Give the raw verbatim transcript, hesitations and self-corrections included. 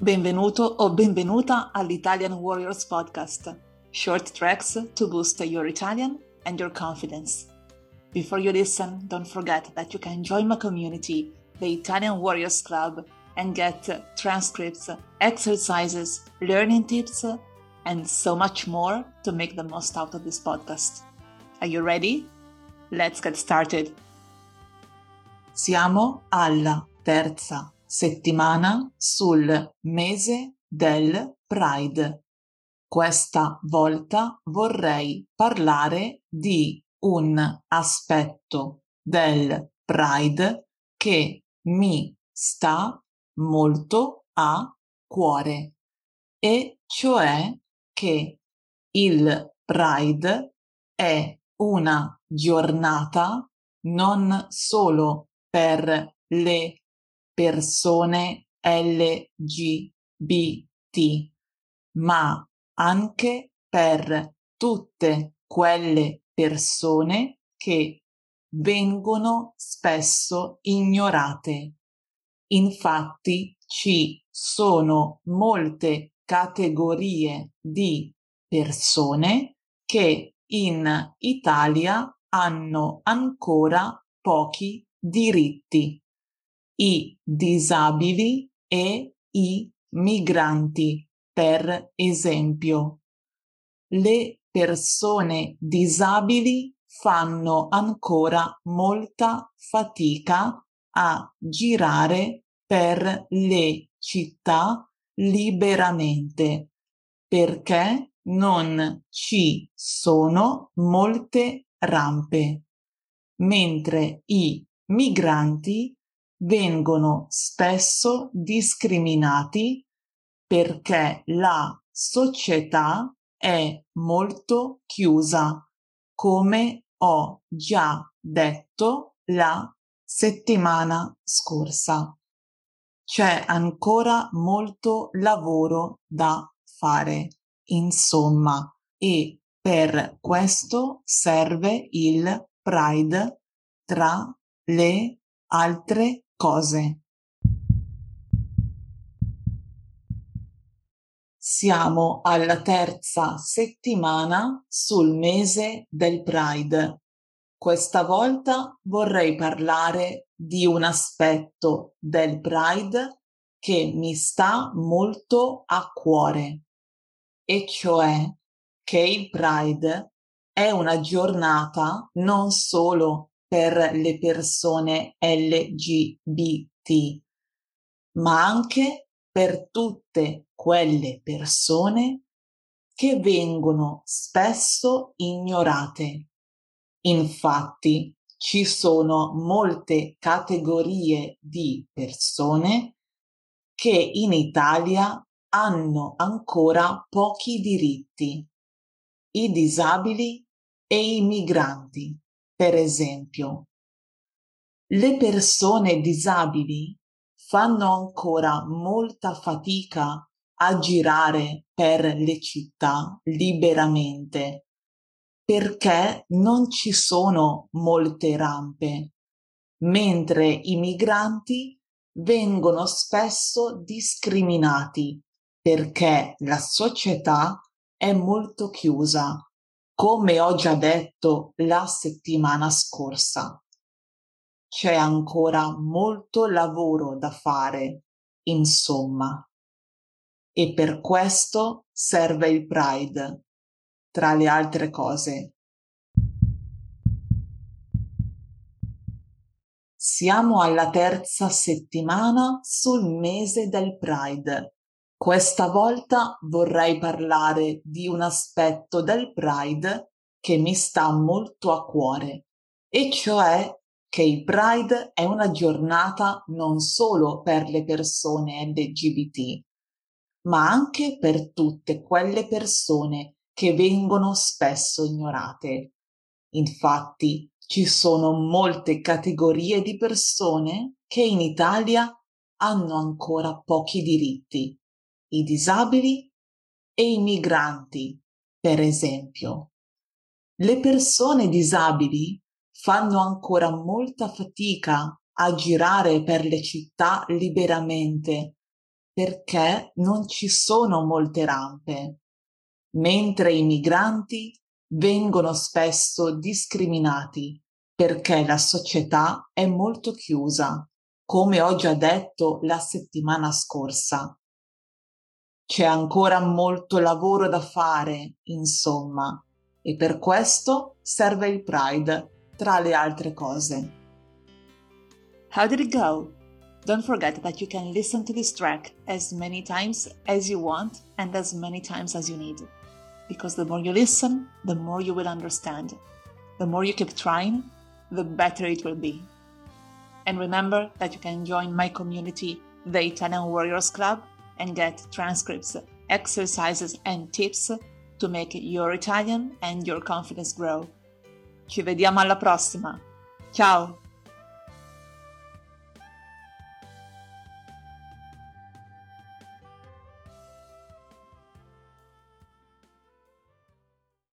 Benvenuto o benvenuta all'Italian Warriors Podcast, short tracks to boost your Italian and your confidence. Before you listen, don't forget that you can join my community, the Italian Warriors Club, and get transcripts, exercises, learning tips, and so much more to make the most out of this podcast. Are you ready? Let's get started. Siamo alla terza settimana sul mese del Pride. Questa volta vorrei parlare di un aspetto del Pride che mi sta molto a cuore, e cioè che il Pride è una giornata non solo per le persone L G B T, ma anche per tutte quelle persone che vengono spesso ignorate. Infatti ci sono molte categorie di persone che in Italia hanno ancora pochi diritti: i disabili e i migranti, per esempio. Le persone disabili fanno ancora molta fatica a girare per le città liberamente, perché non ci sono molte rampe, mentre i migranti vengono spesso discriminati perché la società è molto chiusa, come ho già detto la settimana scorsa. C'è ancora molto lavoro da fare, insomma, e per questo serve il Pride, tra le altre cose. Siamo alla terza settimana sul mese del Pride. Questa volta vorrei parlare di un aspetto del Pride che mi sta molto a cuore, e cioè che il Pride è una giornata non solo per le persone L G B T, ma anche per tutte quelle persone che vengono spesso ignorate. Infatti, ci sono molte categorie di persone che in Italia hanno ancora pochi diritti: i disabili e i migranti, per esempio. Le persone disabili fanno ancora molta fatica a girare per le città liberamente, perché non ci sono molte rampe, mentre i migranti vengono spesso discriminati perché la società è molto chiusa, come ho già detto la settimana scorsa. C'è ancora molto lavoro da fare, insomma, e per questo serve il Pride, tra le altre cose. Siamo alla terza settimana sul mese del Pride. Questa volta vorrei parlare di un aspetto del Pride che mi sta molto a cuore, e cioè che il Pride è una giornata non solo per le persone L G B T, ma anche per tutte quelle persone che vengono spesso ignorate. Infatti, ci sono molte categorie di persone che in Italia hanno ancora pochi diritti: i disabili e i migranti, per esempio. Le persone disabili fanno ancora molta fatica a girare per le città liberamente, perché non ci sono molte rampe, mentre i migranti vengono spesso discriminati perché la società è molto chiusa, come ho già detto la settimana scorsa. C'è ancora molto lavoro da fare, insomma, e per questo serve il Pride, tra le altre cose. How did it go? Don't forget that you can listen to this track as many times as you want and as many times as you need. Because the more you listen, the more you will understand. The more you keep trying, the better it will be. And remember that you can join my community, the Italian Warriors Club, and get transcripts, exercises and tips to make your Italian and your confidence grow. Ci vediamo alla prossima. Ciao!